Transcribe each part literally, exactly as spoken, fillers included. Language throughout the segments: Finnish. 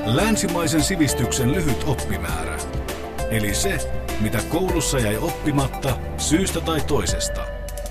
Länsimaisen sivistyksen lyhyt oppimäärä. Eli se, mitä koulussa jäi oppimatta syystä tai toisesta.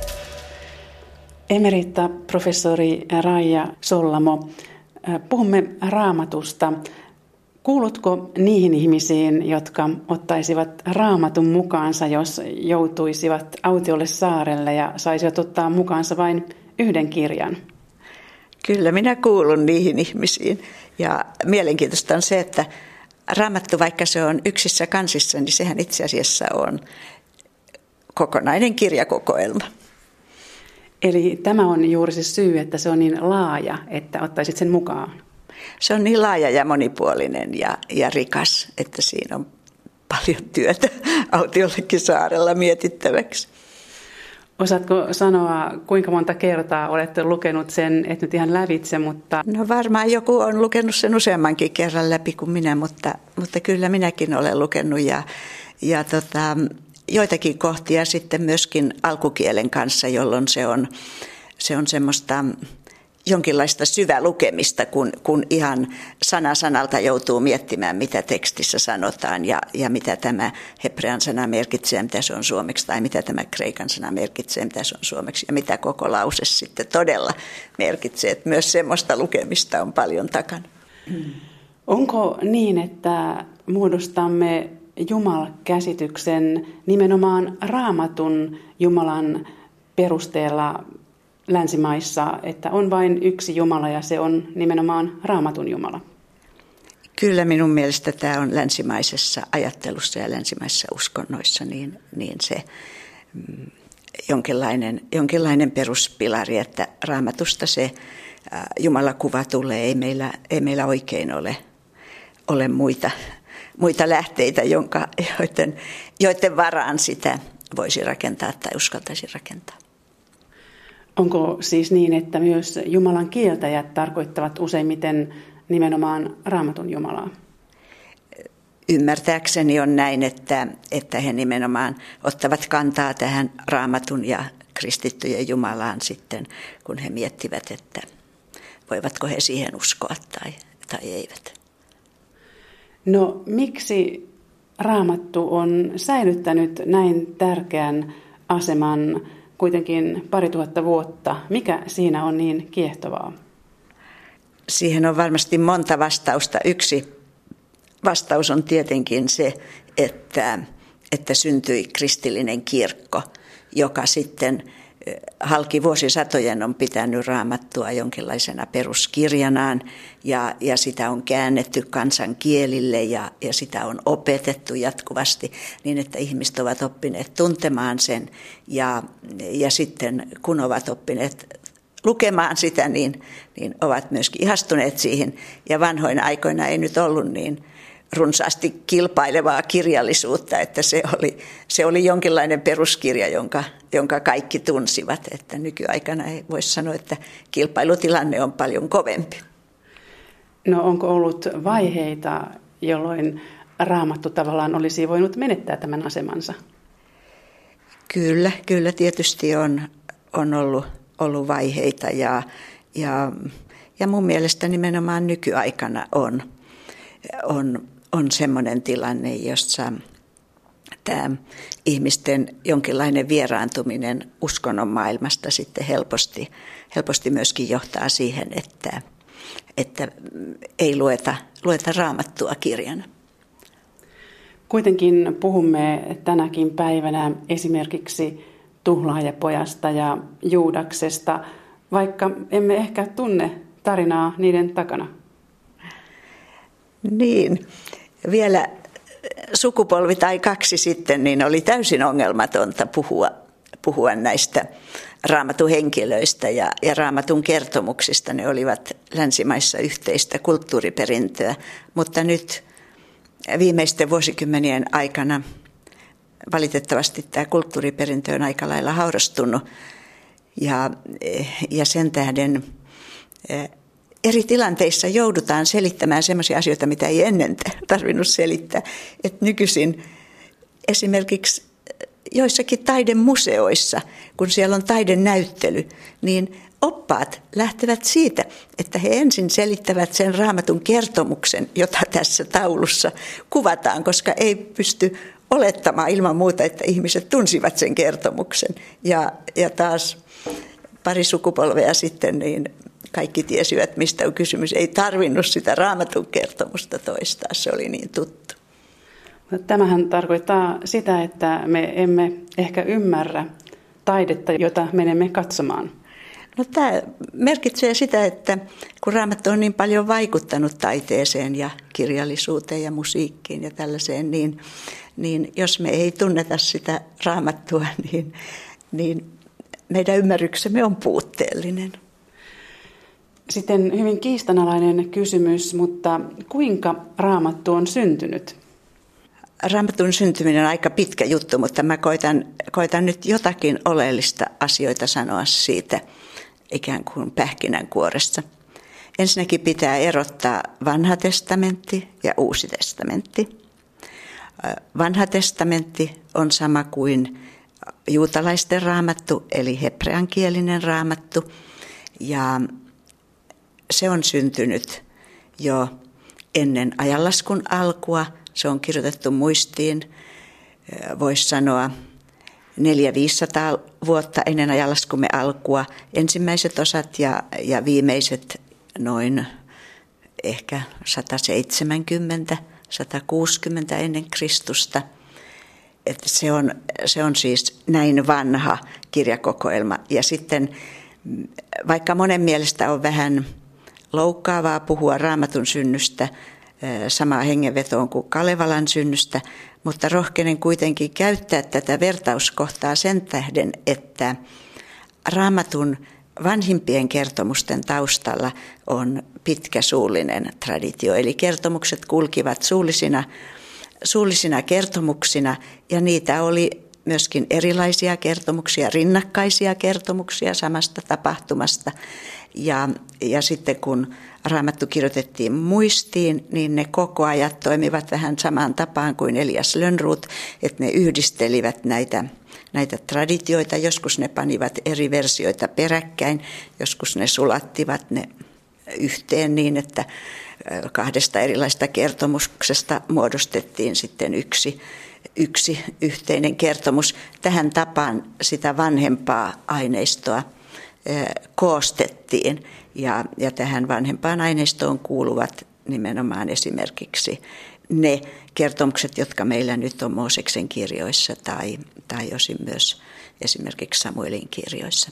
Emerita professori Raija Sollamo, puhumme Raamatusta. Kuulutko niihin ihmisiin, jotka ottaisivat Raamatun mukaansa, jos joutuisivat autiolle saarelle ja saisivat ottaa mukaansa vain yhden kirjan? Kyllä minä kuulun niihin ihmisiin. Ja mielenkiintoista on se, että Raamattu, vaikka se on yksissä kansissa, niin sehän itse asiassa on kokonainen kirjakokoelma. Eli tämä on juuri se syy, että se on niin laaja, että ottaisit sen mukaan. Se on niin laaja ja monipuolinen ja, ja rikas, että siinä on paljon työtä autiollekin saarella mietittäväksi. Osaatko sanoa, kuinka monta kertaa olette lukenut sen, et nyt ihan lävitse, mutta... No varmaan joku on lukenut sen useammankin kerran läpi kuin minä, mutta, mutta kyllä minäkin olen lukenut ja, ja tota, joitakin kohtia sitten myöskin alkukielen kanssa, jolloin se on, se on semmoista jonkinlaista syvälukemista, kun, kun ihan sana sanalta joutuu miettimään, mitä tekstissä sanotaan ja, ja mitä tämä hebrean sana merkitsee, mitä se on suomeksi, tai mitä tämä kreikan sana merkitsee, mitä se on suomeksi, ja mitä koko lause sitten todella merkitsee. Että myös semmoista lukemista on paljon takana. Onko niin, että muodostamme Jumala-käsityksen nimenomaan Raamatun Jumalan perusteella länsimaissa, että on vain yksi Jumala ja se on nimenomaan Raamatun Jumala? Kyllä minun mielestä tämä on länsimaisessa ajattelussa ja länsimaisissa uskonnoissa niin, niin se mm, jonkinlainen, jonkinlainen peruspilari, että Raamatusta se äh, Jumalakuva tulee, ei meillä, ei meillä oikein ole, ole muita, muita lähteitä, jonka, joiden, joiden varaan sitä voisi rakentaa tai uskaltaisi rakentaa. Onko siis niin, että myös Jumalan kieltäjät tarkoittavat useimmiten nimenomaan Raamatun Jumalaa? Ymmärtääkseni on näin, että, että he nimenomaan ottavat kantaa tähän Raamatun ja kristittyjen Jumalaan sitten, kun he miettivät, että voivatko he siihen uskoa tai, tai eivät. No miksi Raamattu on säilyttänyt näin tärkeän aseman kuitenkin pari tuhatta vuotta? Mikä siinä on niin kiehtovaa? Siihen on varmasti monta vastausta. Yksi vastaus on tietenkin se, että, että syntyi kristillinen kirkko, joka sitten halki vuosisatojen on pitänyt Raamattua jonkinlaisena peruskirjanaan ja, ja sitä on käännetty kansankielille ja, ja sitä on opetettu jatkuvasti niin, että ihmiset ovat oppineet tuntemaan sen ja, ja sitten kun ovat oppineet lukemaan sitä, niin, niin ovat myöskin ihastuneet siihen ja vanhoina aikoina ei nyt ollut niin runsaasti kilpailevaa kirjallisuutta, että se oli, se oli jonkinlainen peruskirja, jonka, jonka kaikki tunsivat. Että nykyaikana ei voisi sanoa, että kilpailutilanne on paljon kovempi. No onko ollut vaiheita, jolloin Raamattu tavallaan olisi voinut menettää tämän asemansa? Kyllä, kyllä tietysti on, on ollut, ollut vaiheita ja, ja, ja mun mielestä nimenomaan nykyaikana on, on on semmoinen tilanne, jossa tämä ihmisten jonkinlainen vieraantuminen uskonnon maailmasta sitten helposti, helposti myöskin johtaa siihen, että, että ei lueta, lueta Raamattua kirjana. Kuitenkin puhumme tänäkin päivänä esimerkiksi Tuhlaajapojasta ja Juudaksesta, vaikka emme ehkä tunne tarinaa niiden takana. Niin. Vielä sukupolvi tai kaksi sitten niin oli täysin ongelmatonta puhua, puhua näistä Raamatun henkilöistä ja, ja Raamatun kertomuksista. Ne olivat länsimaissa yhteistä kulttuuriperintöä, mutta nyt viimeisten vuosikymmenien aikana valitettavasti tämä kulttuuriperintö on aika lailla haurastunut ja, ja sen tähden eri tilanteissa joudutaan selittämään sellaisia asioita, mitä ei ennen tarvinnut selittää. Et nykyisin esimerkiksi joissakin taidemuseoissa, kun siellä on taidenäyttely, niin oppaat lähtevät siitä, että he ensin selittävät sen Raamatun kertomuksen, jota tässä taulussa kuvataan, koska ei pysty olettamaan ilman muuta, että ihmiset tunsivat sen kertomuksen. Ja, ja taas pari sukupolvea sitten niin kaikki tiesivät, mistä on kysymys. Ei tarvinnut sitä Raamatun kertomusta toistaa, se oli niin tuttu. Tämähän tarkoittaa sitä, että me emme ehkä ymmärrä taidetta, jota menemme katsomaan. No, tämä merkitsee sitä, että kun Raamattu on niin paljon vaikuttanut taiteeseen ja kirjallisuuteen ja musiikkiin ja tällaiseen, niin, niin jos me ei tunneta sitä Raamattua, niin, niin meidän ymmärryksemme on puutteellinen. Sitten hyvin kiistanalainen kysymys, mutta kuinka Raamattu on syntynyt? Raamatun syntyminen on aika pitkä juttu, mutta mä koitan, koitan nyt jotakin oleellista asioita sanoa siitä ikään kuin pähkinänkuoressa. Ensinnäkin pitää erottaa vanha testamentti ja uusi testamentti. Vanha testamentti on sama kuin juutalaisten raamattu, eli hebreankielinen raamattu, ja se on syntynyt jo ennen ajanlaskun alkua. Se on kirjoitettu muistiin, voisi sanoa, neljä viisisataa vuotta ennen ajanlaskumme alkua. Ensimmäiset osat ja, ja viimeiset noin ehkä sata seitsemänkymmentä sata kuusikymmentä ennen Kristusta. Että se, on, se on siis näin vanha kirjakokoelma. Ja sitten vaikka monen mielestä on vähän loukkaavaa puhua Raamatun synnystä samaa hengenvetoon kuin Kalevalan synnystä, mutta rohkenen kuitenkin käyttää tätä vertauskohtaa sen tähden, että Raamatun vanhimpien kertomusten taustalla on pitkä suullinen traditio. Eli kertomukset kulkivat suullisina, suullisina kertomuksina, ja niitä oli myöskin erilaisia kertomuksia, rinnakkaisia kertomuksia samasta tapahtumasta. Ja, ja sitten kun Raamattu kirjoitettiin muistiin, niin ne koko ajan toimivat vähän samaan tapaan kuin Elias Lönnroth, että ne yhdistelivät näitä, näitä traditioita. Joskus ne panivat eri versioita peräkkäin, joskus ne sulattivat ne yhteen niin, että kahdesta erilaista kertomuksesta muodostettiin sitten yksi, yksi yhteinen kertomus. Tähän tapaan sitä vanhempaa aineistoa koostettiin, ja, ja tähän vanhempaan aineistoon kuuluvat nimenomaan esimerkiksi ne kertomukset, jotka meillä nyt on Mooseksen kirjoissa tai, tai osin myös esimerkiksi Samuelin kirjoissa.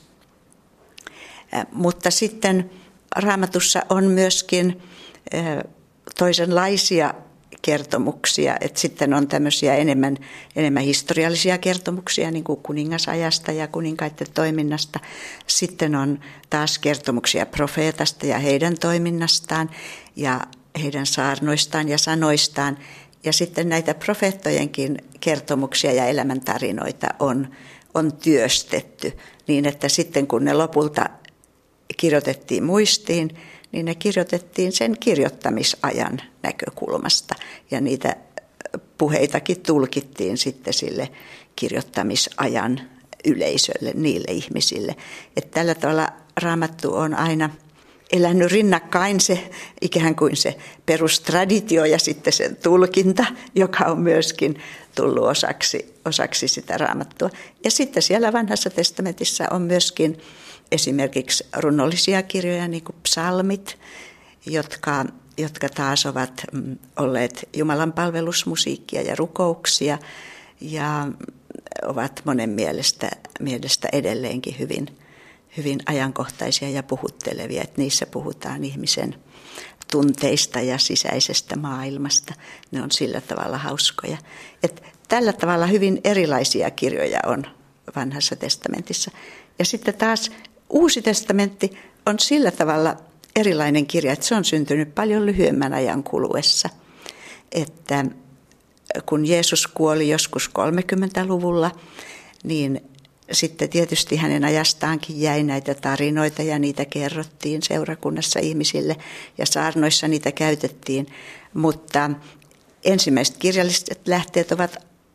Mutta sitten Raamatussa on myöskin toisenlaisia kertomuksia, että sitten on tämmöisiä enemmän, enemmän historiallisia kertomuksia, niin kuin kuningasajasta ja kuninkaiden toiminnasta. Sitten on taas kertomuksia profeetasta ja heidän toiminnastaan ja heidän saarnoistaan ja sanoistaan. Ja sitten näitä profeettojenkin kertomuksia ja elämäntarinoita on, on työstetty niin, että sitten kun ne lopulta kirjoitettiin muistiin, niin ne kirjoitettiin sen kirjoittamisajan näkökulmasta. Ja niitä puheitakin tulkittiin sitten sille kirjoittamisajan yleisölle, niille ihmisille. Että tällä tavalla Raamattu on aina elänyt rinnakkain se ikään kuin se perustraditio ja sitten sen tulkinta, joka on myöskin tullut osaksi, osaksi sitä Raamattua. Ja sitten siellä vanhassa testamentissa on myöskin esimerkiksi runollisia kirjoja, niin kuin psalmit, jotka, jotka taas ovat olleet Jumalan palvelusmusiikkia ja rukouksia ja ovat monen mielestä, mielestä edelleenkin hyvin, hyvin ajankohtaisia ja puhuttelevia. Että niissä puhutaan ihmisen tunteista ja sisäisestä maailmasta. Ne on sillä tavalla hauskoja. Että tällä tavalla hyvin erilaisia kirjoja on vanhassa testamentissa. Ja sitten taas Uusi testamentti on sillä tavalla erilainen kirja, että se on syntynyt paljon lyhyemmän ajan kuluessa. Että kun Jeesus kuoli joskus kolmekymmentäluvulla, niin sitten tietysti hänen ajastaankin jäi näitä tarinoita ja niitä kerrottiin seurakunnassa ihmisille ja saarnoissa niitä käytettiin. Mutta ensimmäiset kirjalliset lähteet ovat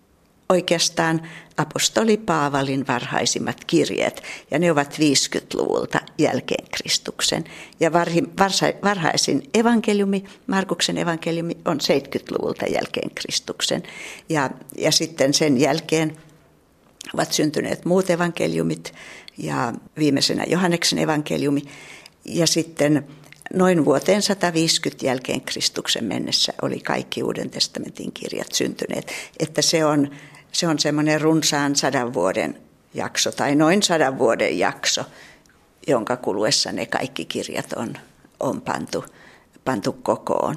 oikeastaan apostoli Paavalin varhaisimmat kirjeet, ja ne ovat viisikymmentäluvulta jälkeen Kristuksen. Ja varhi, varsa, varhaisin evankeliumi, Markuksen evankeliumi, on seitsemänkymmentäluvulta jälkeen Kristuksen. Ja, ja sitten sen jälkeen ovat syntyneet muut evankeliumit, ja viimeisenä Johanneksen evankeliumi, ja sitten noin vuoteen sata viisikymmentä jälkeen Kristuksen mennessä oli kaikki Uuden testamentin kirjat syntyneet, että se on Se on semmoinen runsaan sadan vuoden jakso tai noin sadan vuoden jakso, jonka kuluessa ne kaikki kirjat on, on pantu, pantu kokoon.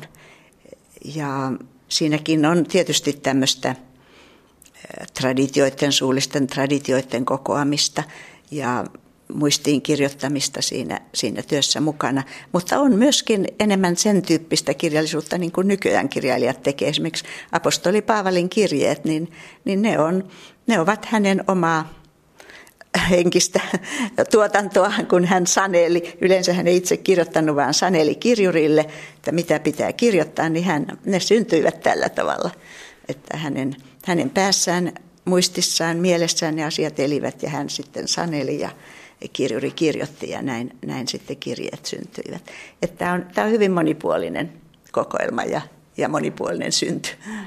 Ja siinäkin on tietysti tämmöistä traditioiden, suullisten traditioiden kokoamista ja muistiin kirjoittamista siinä, siinä työssä mukana. Mutta on myöskin enemmän sen tyyppistä kirjallisuutta, niin kuin nykyään kirjailijat tekee. Esimerkiksi apostoli Paavalin kirjeet, niin, niin ne, on, ne ovat hänen omaa henkistä tuotantoa, kun hän saneli. Yleensä hän ei itse kirjoittanut, vaan saneli kirjurille, että mitä pitää kirjoittaa, niin hän, ne syntyivät tällä tavalla, että hänen, hänen päässään, muistissaan, mielessään ne asiat elivät ja hän sitten saneli ja kirjuri kirjoitti ja näin, näin sitten kirjeet syntyivät. Tämä on, tämä on hyvin monipuolinen kokoelma ja, ja monipuolinen synty.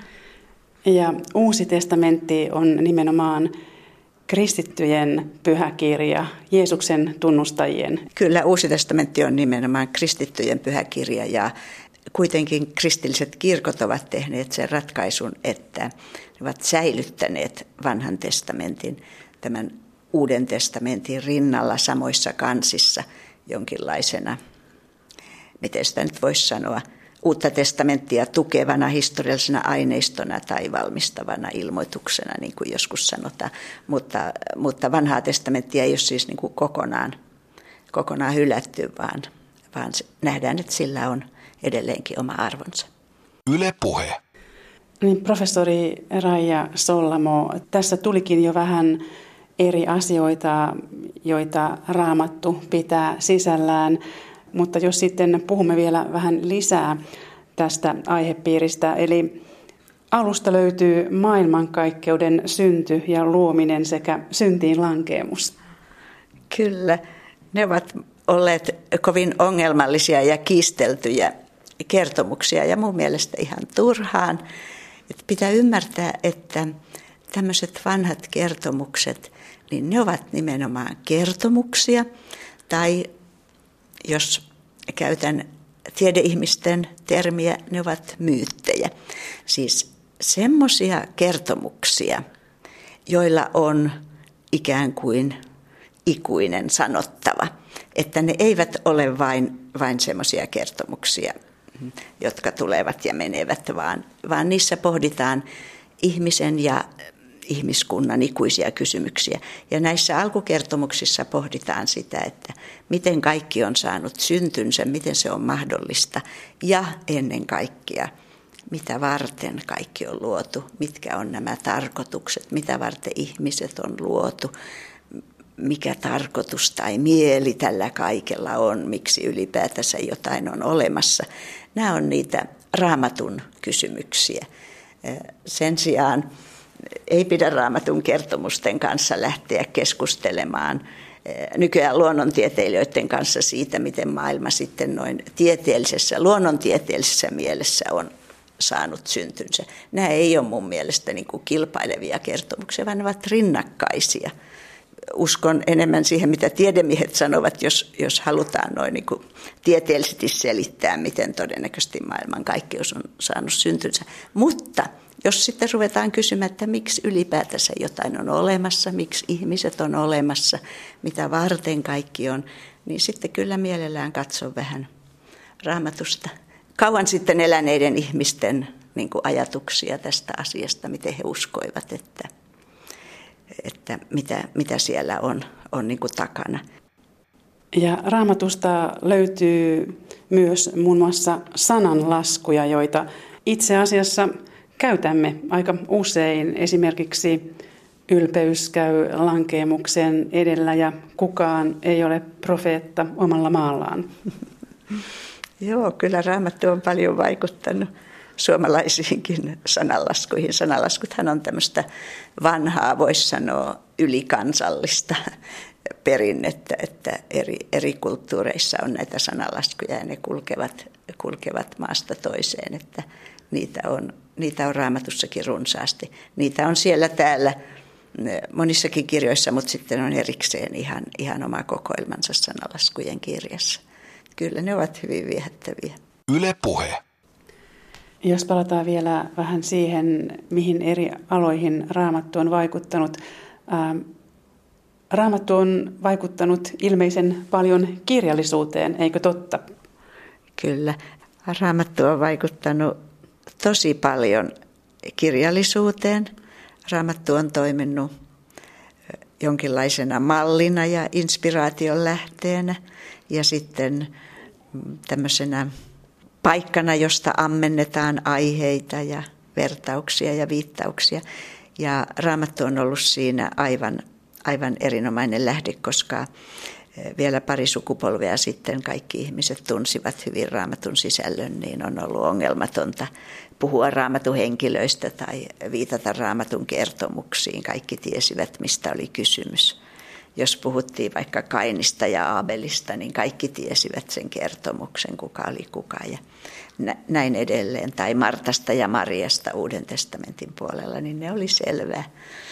Ja Uusi testamentti on nimenomaan kristittyjen pyhäkirja, Jeesuksen tunnustajien. Kyllä, Uusi testamentti on nimenomaan kristittyjen pyhäkirja ja kuitenkin kristilliset kirkot ovat tehneet sen ratkaisun, että ne ovat säilyttäneet vanhan testamentin tämän Uuden testamentin rinnalla samoissa kansissa jonkinlaisena, miten sitä nyt voisi sanoa, Uutta testamenttia tukevana historiallisena aineistona tai valmistavana ilmoituksena, niin kuin joskus sanotaan. Mutta, mutta vanhaa testamenttia ei ole siis niin kuin kokonaan, kokonaan hylätty, vaan, vaan nähdään, että sillä on edelleenkin oma arvonsa. Yle Puhe. Niin, professori Raija Sollamo, tässä tulikin jo vähän eri asioita, joita Raamattu pitää sisällään, mutta jos sitten puhumme vielä vähän lisää tästä aihepiiristä, eli alusta löytyy maailmankaikkeuden synty ja luominen sekä syntiin lankeemus. Kyllä, ne ovat olleet kovin ongelmallisia ja kiisteltyjä kertomuksia ja mun mielestä ihan turhaan. Että pitää ymmärtää, että tämmöiset vanhat kertomukset, niin ne ovat nimenomaan kertomuksia, tai jos käytän tiedeihmisten termiä, ne ovat myyttejä. Siis semmoisia kertomuksia, joilla on ikään kuin ikuinen sanottava, että ne eivät ole vain, vain semmoisia kertomuksia, jotka tulevat ja menevät, vaan, vaan niissä pohditaan ihmisen ja ihmiskunnan ikuisia kysymyksiä. Ja näissä alkukertomuksissa pohditaan sitä, että miten kaikki on saanut syntynsä, miten se on mahdollista ja ennen kaikkea, mitä varten kaikki on luotu, mitkä on nämä tarkoitukset, mitä varten ihmiset on luotu, mikä tarkoitus tai mieli tällä kaikella on, miksi ylipäätänsä jotain on olemassa. Nämä on niitä Raamatun kysymyksiä. Sen sijaan ei pidä Raamatun kertomusten kanssa lähteä keskustelemaan nykyään luonnontieteilijöiden kanssa siitä, miten maailma sitten noin tieteellisessä, luonnontieteellisessä mielessä on saanut syntynsä. Nämä ei ole mun mielestä niin kuin kilpailevia kertomuksia, vaan ne ovat rinnakkaisia. Uskon enemmän siihen, mitä tiedemiehet sanovat, jos, jos halutaan noin niin kuin tieteellisesti selittää, miten todennäköisesti maailmankaikkeus on saanut syntynsä. Mutta jos sitten ruvetaan kysymään, että miksi ylipäätänsä jotain on olemassa, miksi ihmiset on olemassa, mitä varten kaikki on, niin sitten kyllä mielellään katson vähän Raamatusta. Kauan sitten eläneiden ihmisten niin kuin ajatuksia tästä asiasta, miten he uskoivat, että, että mitä, mitä siellä on, on niin kuin takana. Ja Raamatusta löytyy myös muun muassa sananlaskuja, joita itse asiassa käytämme aika usein. Esimerkiksi ylpeys käy lankeemuksen edellä ja kukaan ei ole profeetta omalla maallaan. Joo, kyllä Raamattu on paljon vaikuttanut, suomalaisiinkin sananlaskuihin. Sananlaskuthan on tämmöistä vanhaa, voisi sanoa, ylikansallista perinnettä, että eri, eri kulttuureissa on näitä sananlaskuja ja ne kulkevat, kulkevat maasta toiseen, että niitä on, niitä on Raamatussakin runsaasti. Niitä on siellä täällä monissakin kirjoissa, mutta sitten on erikseen ihan, ihan oma kokoelmansa sananlaskujen kirjassa. Kyllä ne ovat hyvin viehättäviä. Yle Puhe. Jos palataan vielä vähän siihen, mihin eri aloihin Raamattu on vaikuttanut. Ää, Raamattu on vaikuttanut ilmeisen paljon kirjallisuuteen, eikö totta? Kyllä. Raamattu on vaikuttanut tosi paljon kirjallisuuteen. Raamattu on toiminut jonkinlaisena mallina ja inspiraation lähteenä ja sitten tämmöisenä paikkana, josta ammennetaan aiheita ja vertauksia ja viittauksia. Ja Raamattu on ollut siinä aivan, aivan erinomainen lähde, koska vielä pari sukupolvea sitten kaikki ihmiset tunsivat hyvin Raamatun sisällön, niin on ollut ongelmatonta puhua Raamatun henkilöistä tai viitata Raamatun kertomuksiin. Kaikki tiesivät, mistä oli kysymys. Jos puhuttiin vaikka Kainista ja Aabelista, niin kaikki tiesivät sen kertomuksen, kuka oli kuka ja näin edelleen. Tai Martasta ja Mariasta Uuden testamentin puolella, niin ne oli selvää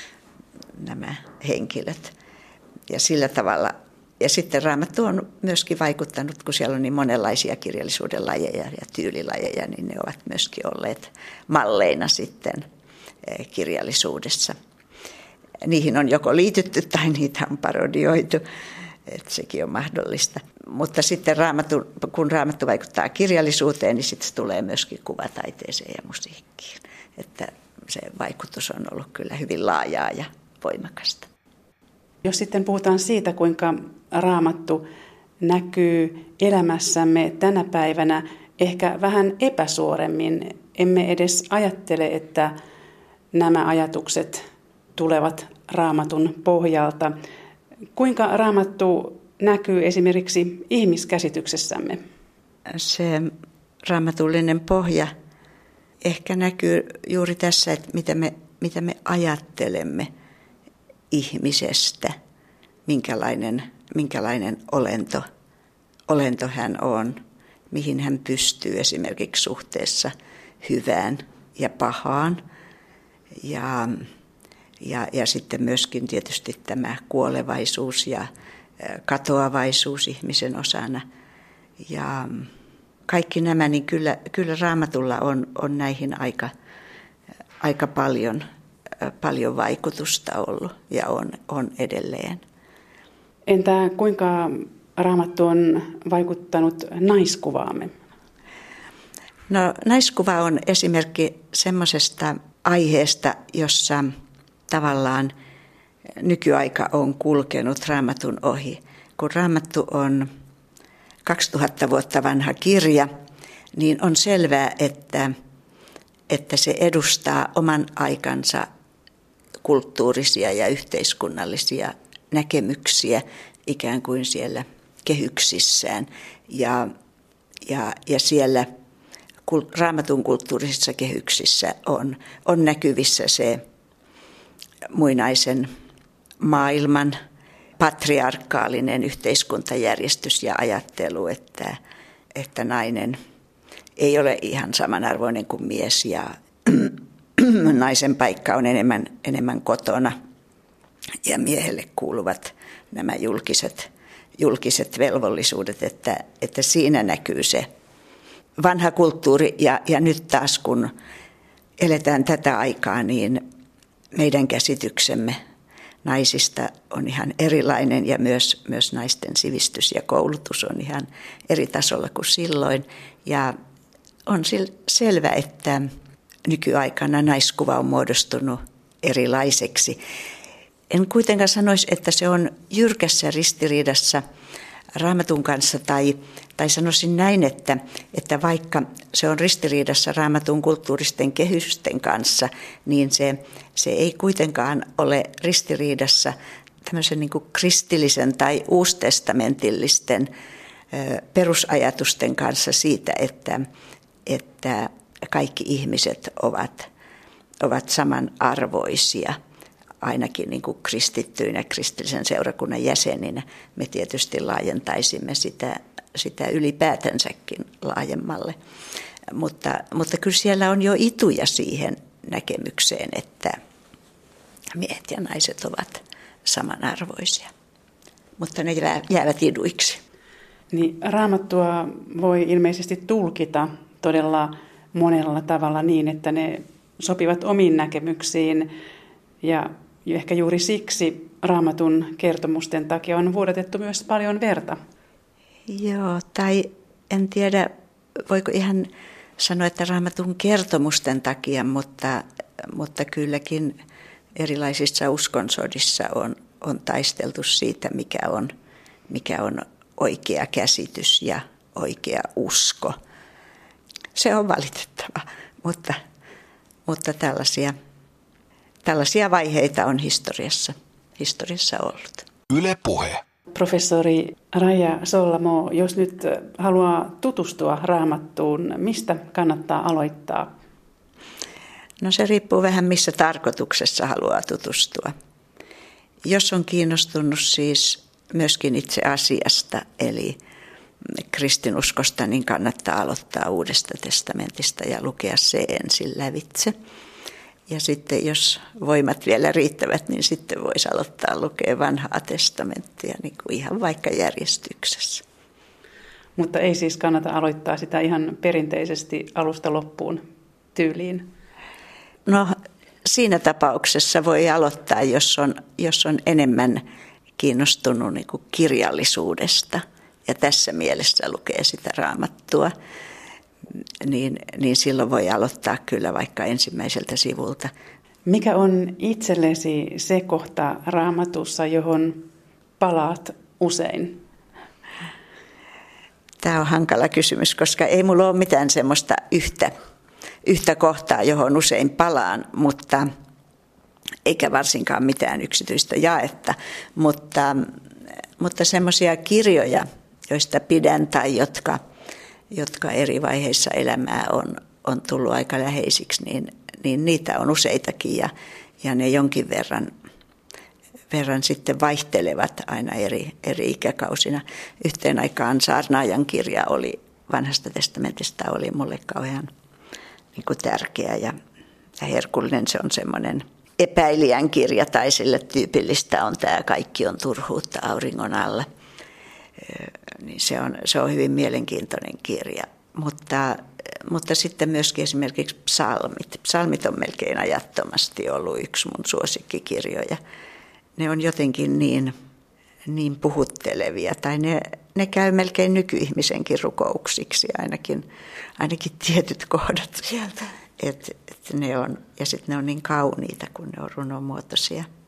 nämä henkilöt. Ja sillä tavalla. Ja sitten Raamattu on myöskin vaikuttanut, kun siellä on niin monenlaisia kirjallisuuden lajeja ja tyylilajeja, niin ne ovat myöskin olleet malleina sitten kirjallisuudessa. Niihin on joko liitytty tai niitä on parodioitu, että sekin on mahdollista. Mutta sitten Raamattu, kun Raamattu vaikuttaa kirjallisuuteen, niin sitten se tulee myöskin kuvataiteeseen ja musiikkiin. Että se vaikutus on ollut kyllä hyvin laajaa ja voimakasta. Jos sitten puhutaan siitä, kuinka Raamattu näkyy elämässämme tänä päivänä ehkä vähän epäsuoremmin, emme edes ajattele, että nämä ajatukset tulevat Raamatun pohjalta. Kuinka Raamattu näkyy esimerkiksi ihmiskäsityksessämme? Se raamatullinen pohja ehkä näkyy juuri tässä, että mitä me, mitä me ajattelemme ihmisestä, minkälainen, minkälainen olento, olento hän on, mihin hän pystyy esimerkiksi suhteessa hyvään ja pahaan. Ja, ja, ja sitten myöskin tietysti tämä kuolevaisuus ja katoavaisuus ihmisen osana. Ja kaikki nämä, niin kyllä, kyllä Raamatulla on, on näihin aika, aika paljon paljon vaikutusta ollut ja on, on edelleen. Entä kuinka Raamattu on vaikuttanut naiskuvaamme? No, naiskuva on esimerkki semmoisesta aiheesta, jossa tavallaan nykyaika on kulkenut Raamatun ohi. Kun Raamattu on kaksituhatta vuotta vanha kirja, niin on selvää, että, että se edustaa oman aikansa kulttuurisia ja yhteiskunnallisia näkemyksiä ikään kuin siellä kehyksissään. Ja, ja, ja siellä Raamatun kulttuurisissa kehyksissä on, on näkyvissä se muinaisen maailman patriarkaalinen yhteiskuntajärjestys ja ajattelu, että, että nainen ei ole ihan samanarvoinen kuin mies ja naisen paikka on enemmän, enemmän kotona ja miehelle kuuluvat nämä julkiset, julkiset velvollisuudet, että, että siinä näkyy se vanha kulttuuri ja, ja nyt taas kun eletään tätä aikaa, niin meidän käsityksemme naisista on ihan erilainen ja myös, myös naisten sivistys ja koulutus on ihan eri tasolla kuin silloin ja on selvä, että nykyaikana naiskuva on muodostunut erilaiseksi. En kuitenkaan sanoisi, että se on jyrkässä ristiriidassa Raamatun kanssa tai, tai sanoisin näin, että, että vaikka se on ristiriidassa Raamatun kulttuuristen kehysten kanssa, niin se, se ei kuitenkaan ole ristiriidassa tämmöisen niin kuin kristillisen tai uustestamentillisten ö, perusajatusten kanssa siitä, että, että kaikki ihmiset ovat, ovat samanarvoisia. Ainakin niin kuin kristittyinä, kristillisen seurakunnan jäseninä me tietysti laajentaisimme sitä, sitä ylipäätänsäkin laajemmalle. Mutta, mutta kyllä siellä on jo ituja siihen näkemykseen, että miehet ja naiset ovat samanarvoisia. Mutta ne jäävät iduiksi. Niin, Raamattua voi ilmeisesti tulkita todella monella tavalla niin, että ne sopivat omiin näkemyksiin. Ja ehkä juuri siksi Raamatun kertomusten takia on vuodatettu myös paljon verta. Joo, tai en tiedä, voiko ihan sanoa, että Raamatun kertomusten takia, mutta, mutta kylläkin erilaisissa uskonsodissa on, on taisteltu siitä, mikä on, mikä on oikea käsitys ja oikea usko. Se on valitettava, mutta, mutta tällaisia, tällaisia vaiheita on historiassa, historiassa ollut. Yle Puhe. Professori Raija Sollamo, jos nyt haluaa tutustua Raamattuun, mistä kannattaa aloittaa? No se riippuu vähän missä tarkoituksessa haluaa tutustua. Jos on kiinnostunut siis myöskin itse asiasta, eli kristinuskosta, niin kannattaa aloittaa Uudesta testamentista ja lukea se ensin lävitse. Ja sitten jos voimat vielä riittävät, niin sitten voisi aloittaa lukea Vanhaa testamenttia niin kuin ihan vaikka järjestyksessä. Mutta ei siis kannata aloittaa sitä ihan perinteisesti alusta loppuun tyyliin? No siinä tapauksessa voi aloittaa, jos on, jos on enemmän kiinnostunut niin kuin kirjallisuudesta ja tässä mielessä lukee sitä Raamattua. Niin, niin silloin voi aloittaa kyllä vaikka ensimmäiseltä sivulta. Mikä on itsellesi se kohta Raamatussa, johon palaat usein? Tämä on hankala kysymys, koska ei mulla ole mitään semmoista yhtä, yhtä kohtaa, johon usein palaan, mutta eikä varsinkaan mitään yksityistä jaetta. Mutta, mutta semmoisia kirjoja, joista pidän tai jotka... jotka eri vaiheissa elämää on, on tullut aika läheisiksi, niin, niin niitä on useitakin ja, ja ne jonkin verran, verran sitten vaihtelevat aina eri, eri ikäkausina. Yhteen aikaan Saarnaajan kirja oli, Vanhasta testamentista oli mulle kauhean niin kuin tärkeä ja, ja herkullinen. Se on semmoinen epäilijän kirja tai sille tyypillistä on tämä Kaikki on turhuutta auringon alla. Niin se on, se on hyvin mielenkiintoinen kirja, mutta, mutta sitten myöskin esimerkiksi psalmit. Psalmit on melkein ajattomasti ollut yksi mun suosikkikirjoja. Ne on jotenkin niin, niin puhuttelevia, tai ne, ne käy melkein nykyihmisenkin rukouksiksi, ainakin, ainakin tietyt kohdat sieltä. Et, et ne on, ja sitten ne on niin kauniita, kun ne on runomuotoisia.